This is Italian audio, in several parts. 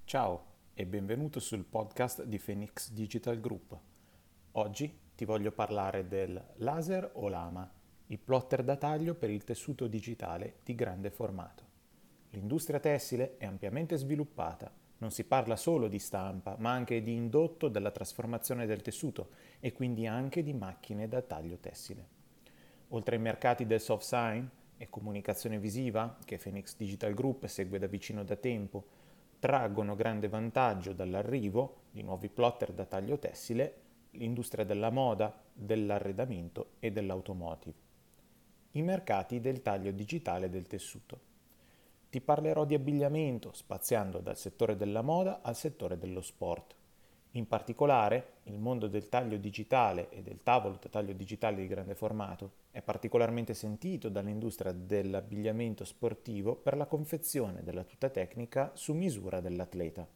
Ciao e benvenuto sul podcast di Phoenix Digital Group. Oggi ti voglio parlare del laser o lama, il plotter da taglio per il tessuto digitale di grande formato. L'industria tessile è ampiamente sviluppata, non si parla solo di stampa, ma anche di indotto della trasformazione del tessuto e quindi anche di macchine da taglio tessile. Oltre ai mercati del soft sign e comunicazione visiva, che Phoenix Digital Group segue da vicino da tempo, traggono grande vantaggio dall'arrivo di nuovi plotter da taglio tessile l'industria della moda, dell'arredamento e dell'automotive. I mercati del taglio digitale del tessuto. Ti parlerò di abbigliamento, spaziando dal settore della moda al settore dello sport. In particolare, il mondo del taglio digitale e del tavolo da taglio digitale di grande formato è particolarmente sentito dall'industria dell'abbigliamento sportivo per la confezione della tuta tecnica su misura dell'atleta.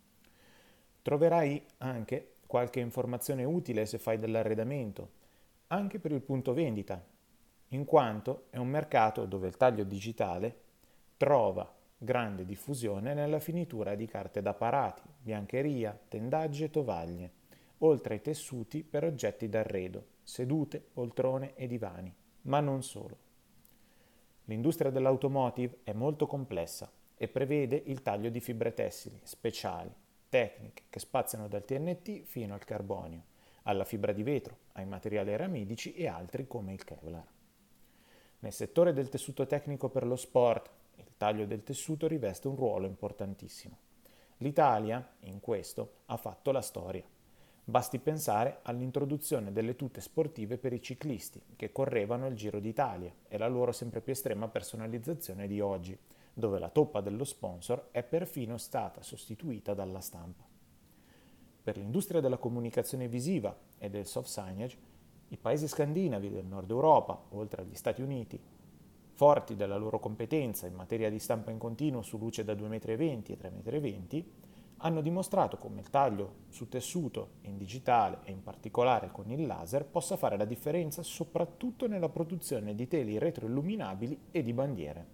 Troverai anche qualche informazione utile se fai dell'arredamento, anche per il punto vendita, in quanto è un mercato dove il taglio digitale trova grande diffusione nella finitura di carte da parati, biancheria, tendaggi e tovaglie, oltre ai tessuti per oggetti d'arredo, sedute, poltrone e divani, ma non solo. L'industria dell'automotive è molto complessa e prevede il taglio di fibre tessili speciali, tecniche che spaziano dal TNT fino al carbonio, alla fibra di vetro, ai materiali aramidici e altri come il Kevlar. Nel settore del tessuto tecnico per lo sport, il taglio del tessuto riveste un ruolo importantissimo. L'Italia, in questo, ha fatto la storia. Basti pensare all'introduzione delle tute sportive per i ciclisti che correvano il Giro d'Italia e la loro sempre più estrema personalizzazione di oggi, dove la toppa dello sponsor è perfino stata sostituita dalla stampa. Per l'industria della comunicazione visiva e del soft signage, i paesi scandinavi del nord Europa, oltre agli Stati Uniti, forti della loro competenza in materia di stampa in continuo su luce da 2,20 m e 3,20 m, hanno dimostrato come il taglio su tessuto in digitale e in particolare con il laser possa fare la differenza soprattutto nella produzione di teli retroilluminabili e di bandiere.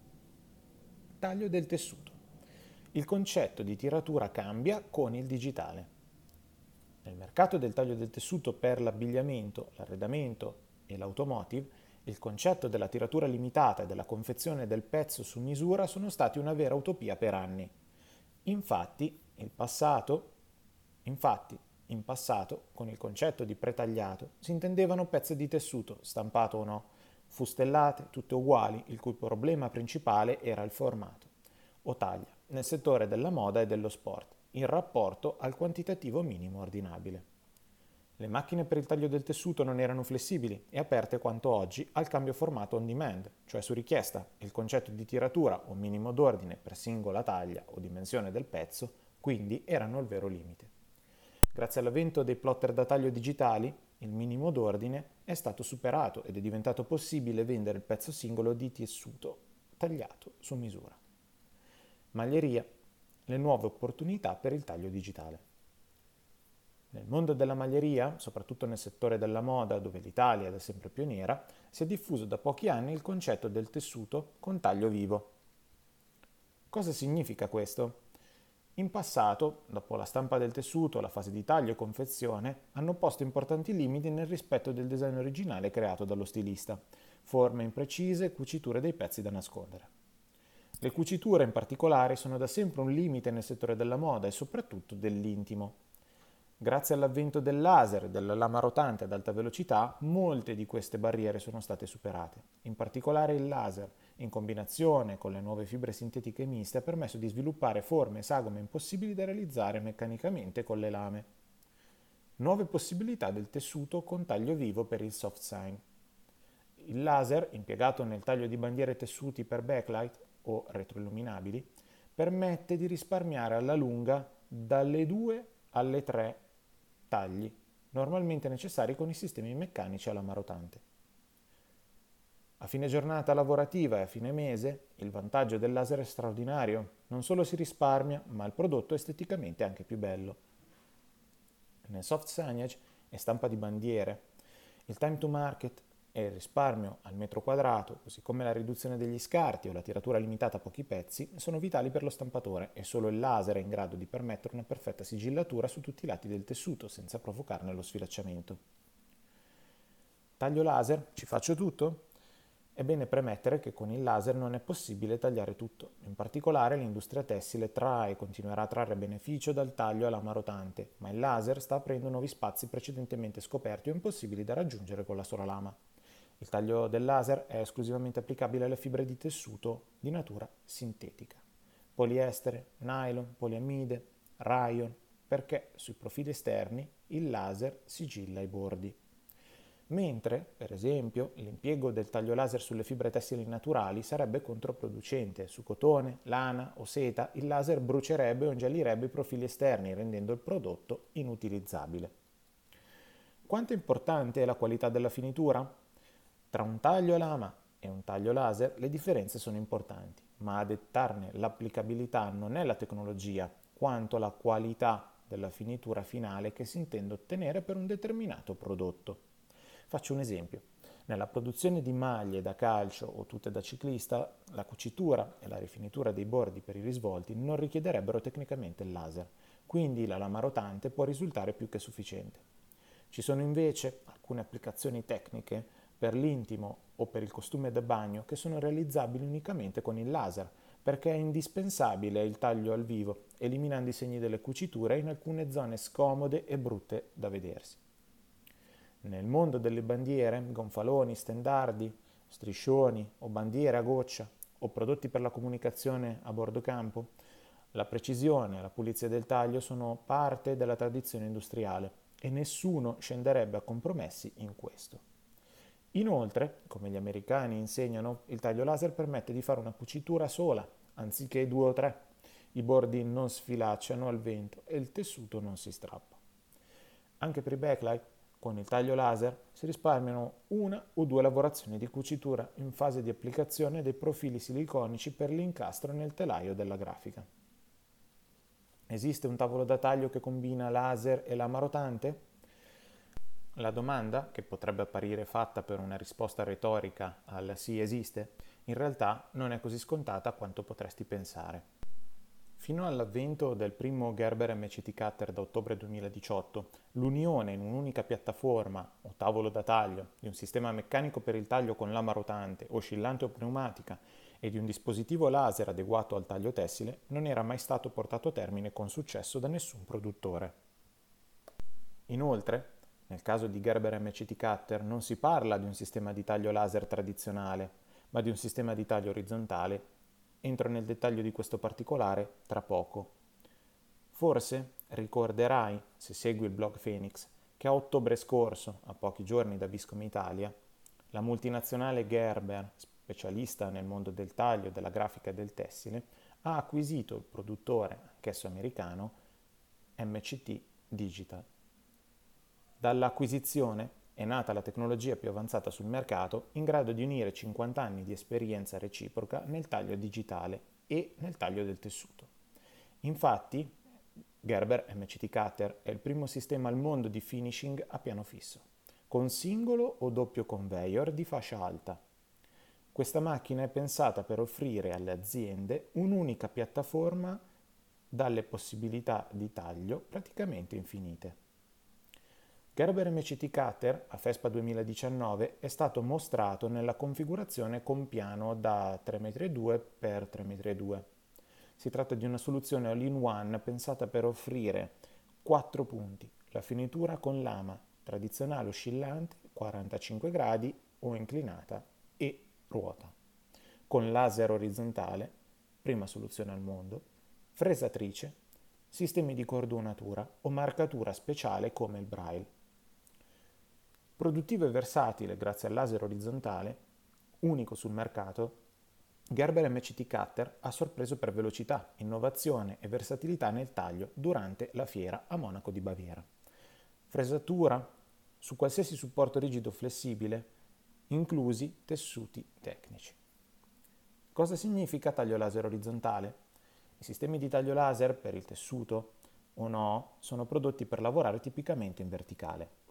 Taglio del tessuto. Il concetto di tiratura cambia con il digitale. Nel mercato del taglio del tessuto per l'abbigliamento, l'arredamento e l'automotive, il concetto della tiratura limitata e della confezione del pezzo su misura sono stati una vera utopia per anni. In passato, con il concetto di pretagliato, si intendevano pezzi di tessuto, stampato o no, fustellate, tutte uguali, il cui problema principale era il formato, o taglia, nel settore della moda e dello sport, in rapporto al quantitativo minimo ordinabile. Le macchine per il taglio del tessuto non erano flessibili e aperte quanto oggi al cambio formato on demand, cioè su richiesta. Il concetto di tiratura o minimo d'ordine per singola taglia o dimensione del pezzo, quindi, erano il vero limite. Grazie all'avvento dei plotter da taglio digitali, il minimo d'ordine è stato superato ed è diventato possibile vendere il pezzo singolo di tessuto tagliato su misura. Maglieria, le nuove opportunità per il taglio digitale. Nel mondo della maglieria, soprattutto nel settore della moda, dove l'Italia è da sempre pioniera, si è diffuso da pochi anni il concetto del tessuto con taglio vivo. Cosa significa questo? In passato, dopo la stampa del tessuto, la fase di taglio e confezione hanno posto importanti limiti nel rispetto del design originale creato dallo stilista, forme imprecise e cuciture dei pezzi da nascondere. Le cuciture in particolare sono da sempre un limite nel settore della moda e soprattutto dell'intimo. Grazie all'avvento del laser e della lama rotante ad alta velocità, molte di queste barriere sono state superate. In particolare il laser, in combinazione con le nuove fibre sintetiche miste, ha permesso di sviluppare forme e sagome impossibili da realizzare meccanicamente con le lame. Nuove possibilità del tessuto con taglio vivo per il soft sign. Il laser, impiegato nel taglio di bandiere tessuti per backlight o retroilluminabili, permette di risparmiare alla lunga dalle 2 alle 3 tagli, normalmente necessari con i sistemi meccanici a lama rotante. A fine giornata lavorativa e a fine mese, il vantaggio del laser è straordinario. Non solo si risparmia, ma il prodotto è esteticamente anche più bello. Nel soft signage e stampa di bandiere, il time to market e il risparmio al metro quadrato, così come la riduzione degli scarti o la tiratura limitata a pochi pezzi, sono vitali per lo stampatore e solo il laser è in grado di permettere una perfetta sigillatura su tutti i lati del tessuto senza provocarne lo sfilacciamento. Taglio laser? Ci faccio tutto? È bene premettere che con il laser non è possibile tagliare tutto. In particolare l'industria tessile trae e continuerà a trarre beneficio dal taglio a lama rotante, ma il laser sta aprendo nuovi spazi precedentemente scoperti o impossibili da raggiungere con la sola lama. Il taglio del laser è esclusivamente applicabile alle fibre di tessuto di natura sintetica. Poliestere, nylon, poliamide, rayon, perché sui profili esterni il laser sigilla i bordi. Mentre, per esempio, l'impiego del taglio laser sulle fibre tessili naturali sarebbe controproducente. Su cotone, lana o seta il laser brucierebbe o ingiallirebbe i profili esterni, rendendo il prodotto inutilizzabile. Quanto importante è la qualità della finitura? Tra un taglio a lama e un taglio laser le differenze sono importanti, ma a dettarne l'applicabilità non è la tecnologia, quanto la qualità della finitura finale che si intende ottenere per un determinato prodotto. Faccio un esempio. Nella produzione di maglie da calcio o tute da ciclista, la cucitura e la rifinitura dei bordi per i risvolti non richiederebbero tecnicamente il laser, quindi la lama rotante può risultare più che sufficiente. Ci sono invece alcune applicazioni tecniche per l'intimo o per il costume da bagno che sono realizzabili unicamente con il laser, perché è indispensabile il taglio al vivo, eliminando i segni delle cuciture in alcune zone scomode e brutte da vedersi. Nel mondo delle bandiere, gonfaloni, stendardi, striscioni o bandiere a goccia o prodotti per la comunicazione a bordo campo, la precisione e la pulizia del taglio sono parte della tradizione industriale e nessuno scenderebbe a compromessi in questo. Inoltre, come gli americani insegnano, il taglio laser permette di fare una cucitura sola, anziché 2 o 3. I bordi non sfilacciano al vento e il tessuto non si strappa. Anche per i backlight, con il taglio laser si risparmiano 1 o 2 lavorazioni di cucitura in fase di applicazione dei profili siliconici per l'incastro nel telaio della grafica. Esiste un tavolo da taglio che combina laser e lama rotante? La domanda, che potrebbe apparire fatta per una risposta retorica al sì esiste, in realtà non è così scontata quanto potresti pensare. Fino all'avvento del primo Gerber MCT Cutter da ottobre 2018, l'unione in un'unica piattaforma o tavolo da taglio di un sistema meccanico per il taglio con lama rotante, oscillante o pneumatica e di un dispositivo laser adeguato al taglio tessile non era mai stato portato a termine con successo da nessun produttore. Inoltre, nel caso di Gerber MCT Cutter non si parla di un sistema di taglio laser tradizionale, ma di un sistema di taglio orizzontale. Entro nel dettaglio di questo particolare tra poco. Forse ricorderai, se segui il blog Phoenix, che a ottobre scorso, a pochi giorni da Viscom Italia, la multinazionale Gerber, specialista nel mondo del taglio, della grafica e del tessile, ha acquisito il produttore, anch'esso americano, MCT Digital. Dall'acquisizione è nata la tecnologia più avanzata sul mercato in grado di unire 50 anni di esperienza reciproca nel taglio digitale e nel taglio del tessuto. Infatti, Gerber MCT Cutter è il primo sistema al mondo di finishing a piano fisso, con singolo o doppio conveyor di fascia alta. Questa macchina è pensata per offrire alle aziende un'unica piattaforma dalle possibilità di taglio praticamente infinite. Gerber MCT Cutter a FESPA 2019 è stato mostrato nella configurazione con piano da 3,2 m x 3,2 m. Si tratta di una soluzione all-in-one pensata per offrire 4 punti, la finitura con lama tradizionale oscillante 45 gradi o inclinata e ruota, con laser orizzontale, prima soluzione al mondo, fresatrice, sistemi di cordonatura o marcatura speciale come il braille. Produttivo e versatile grazie al laser orizzontale, unico sul mercato, Gerber MCT Cutter ha sorpreso per velocità, innovazione e versatilità nel taglio durante la fiera a Monaco di Baviera. Fresatura su qualsiasi supporto rigido o flessibile, inclusi tessuti tecnici. Cosa significa taglio laser orizzontale? I sistemi di taglio laser per il tessuto o no sono prodotti per lavorare tipicamente in verticale.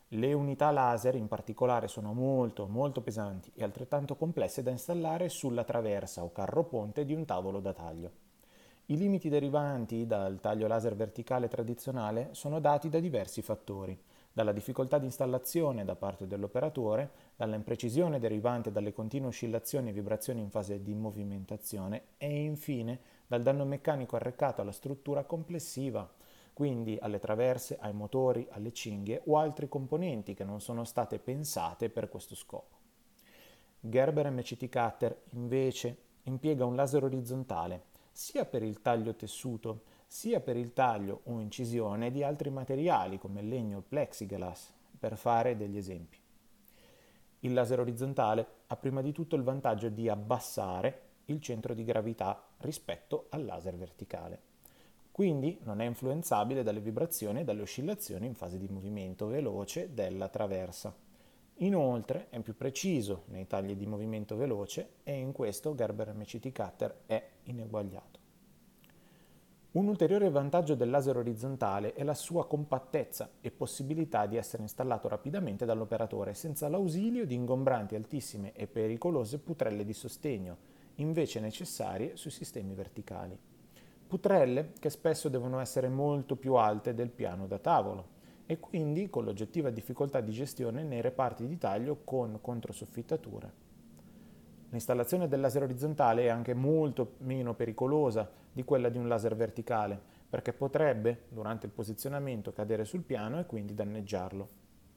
Le unità laser in particolare sono molto pesanti e altrettanto complesse da installare sulla traversa o carro ponte di un tavolo da taglio. I limiti derivanti dal taglio laser verticale tradizionale sono dati da diversi fattori, dalla difficoltà di installazione da parte dell'operatore, dalla imprecisione derivante dalle continue oscillazioni e vibrazioni in fase di movimentazione e infine dal danno meccanico arrecato alla struttura complessiva, quindi alle traverse, ai motori, alle cinghie o altri componenti che non sono state pensate per questo scopo. Gerber MCT Cutter invece impiega un laser orizzontale sia per il taglio tessuto sia per il taglio o incisione di altri materiali come il legno o il plexiglass, per fare degli esempi. Il laser orizzontale ha prima di tutto il vantaggio di abbassare il centro di gravità rispetto al laser verticale. Quindi non è influenzabile dalle vibrazioni e dalle oscillazioni in fase di movimento veloce della traversa. Inoltre è più preciso nei tagli di movimento veloce e in questo Gerber MCT Cutter è ineguagliato. Un ulteriore vantaggio del laser orizzontale è la sua compattezza e possibilità di essere installato rapidamente dall'operatore senza l'ausilio di ingombranti, altissime e pericolose putrelle di sostegno, invece necessarie sui sistemi verticali. Putrelle che spesso devono essere molto più alte del piano da tavolo e quindi con l'oggettiva difficoltà di gestione nei reparti di taglio con controsoffittature. L'installazione del laser orizzontale è anche molto meno pericolosa di quella di un laser verticale, perché potrebbe, durante il posizionamento, cadere sul piano e quindi danneggiarlo.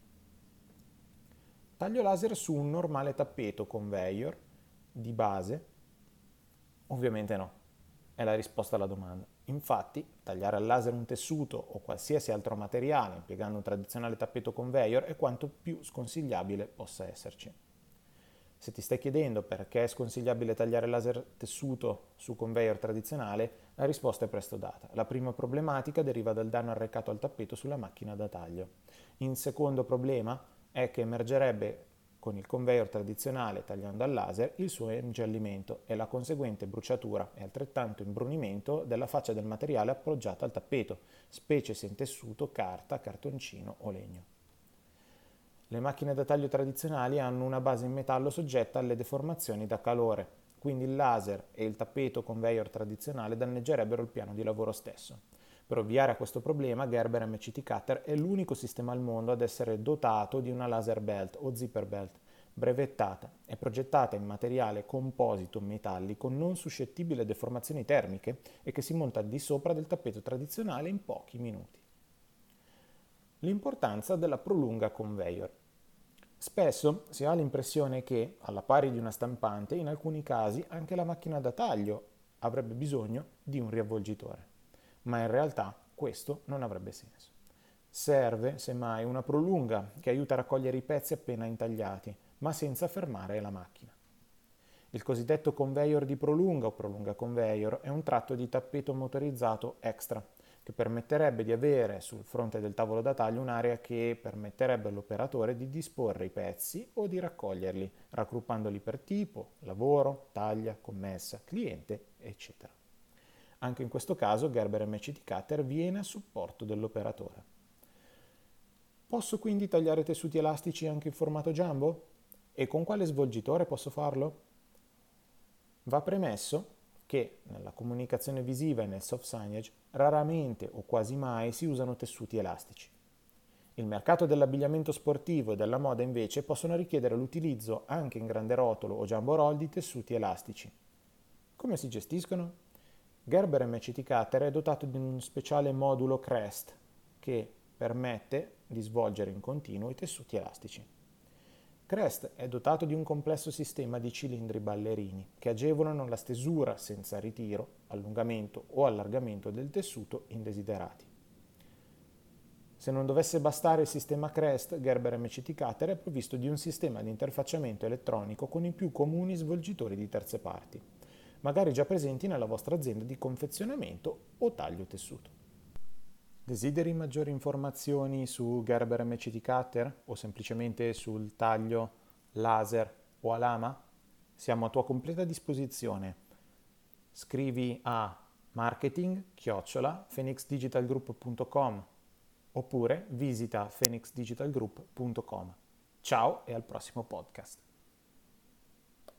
Taglio laser su un normale tappeto conveyor di base? Ovviamente no, è la risposta alla domanda. Infatti, tagliare al laser un tessuto o qualsiasi altro materiale impiegando un tradizionale tappeto conveyor è quanto più sconsigliabile possa esserci. Se ti stai chiedendo perché è sconsigliabile tagliare laser tessuto su conveyor tradizionale, la risposta è presto data. La prima problematica deriva dal danno arrecato al tappeto sulla macchina da taglio. Il secondo problema è che emergerebbe con il conveyor tradizionale tagliando al laser il suo ingiallimento e la conseguente bruciatura e altrettanto imbrunimento della faccia del materiale appoggiato al tappeto, specie se in tessuto, carta, cartoncino o legno. Le macchine da taglio tradizionali hanno una base in metallo soggetta alle deformazioni da calore, quindi il laser e il tappeto conveyor tradizionale danneggerebbero il piano di lavoro stesso. Per ovviare a questo problema, Gerber MCT Cutter è l'unico sistema al mondo ad essere dotato di una laser belt o zipper belt, brevettata e progettata in materiale composito metallico non suscettibile a deformazioni termiche e che si monta al di sopra del tappeto tradizionale in pochi minuti. L'importanza della prolunga conveyor. Spesso si ha l'impressione che, alla pari di una stampante, in alcuni casi anche la macchina da taglio avrebbe bisogno di un riavvolgitore, ma in realtà questo non avrebbe senso. Serve, semmai, una prolunga che aiuta a raccogliere i pezzi appena intagliati, ma senza fermare la macchina. Il cosiddetto conveyor di prolunga o prolunga conveyor è un tratto di tappeto motorizzato extra, che permetterebbe di avere sul fronte del tavolo da taglio un'area che permetterebbe all'operatore di disporre i pezzi o di raccoglierli, raggruppandoli per tipo, lavoro, taglia, commessa, cliente, eccetera. Anche in questo caso Gerber MCT Cutter viene a supporto dell'operatore. Posso quindi tagliare tessuti elastici anche in formato jumbo? E con quale svolgitore posso farlo? Va premesso che nella comunicazione visiva e nel soft signage raramente o quasi mai si usano tessuti elastici. Il mercato dell'abbigliamento sportivo e della moda invece possono richiedere l'utilizzo anche in grande rotolo o jumbo roll di tessuti elastici. Come si gestiscono? Gerber MCT Cutter è dotato di un speciale modulo Crest che permette di svolgere in continuo i tessuti elastici. Crest è dotato di un complesso sistema di cilindri ballerini che agevolano la stesura senza ritiro, allungamento o allargamento del tessuto indesiderati. Se non dovesse bastare il sistema Crest, Gerber MCT Cutter è provvisto di un sistema di interfacciamento elettronico con i più comuni svolgitori di terze parti, magari già presenti nella vostra azienda di confezionamento o taglio tessuto. Desideri maggiori informazioni su Gerber MCT Cutter o semplicemente sul taglio laser o a lama? Siamo a tua completa disposizione. Scrivi a marketing@phoenixdigitalgroup.com oppure visita phoenixdigitalgroup.com. Ciao e al prossimo podcast.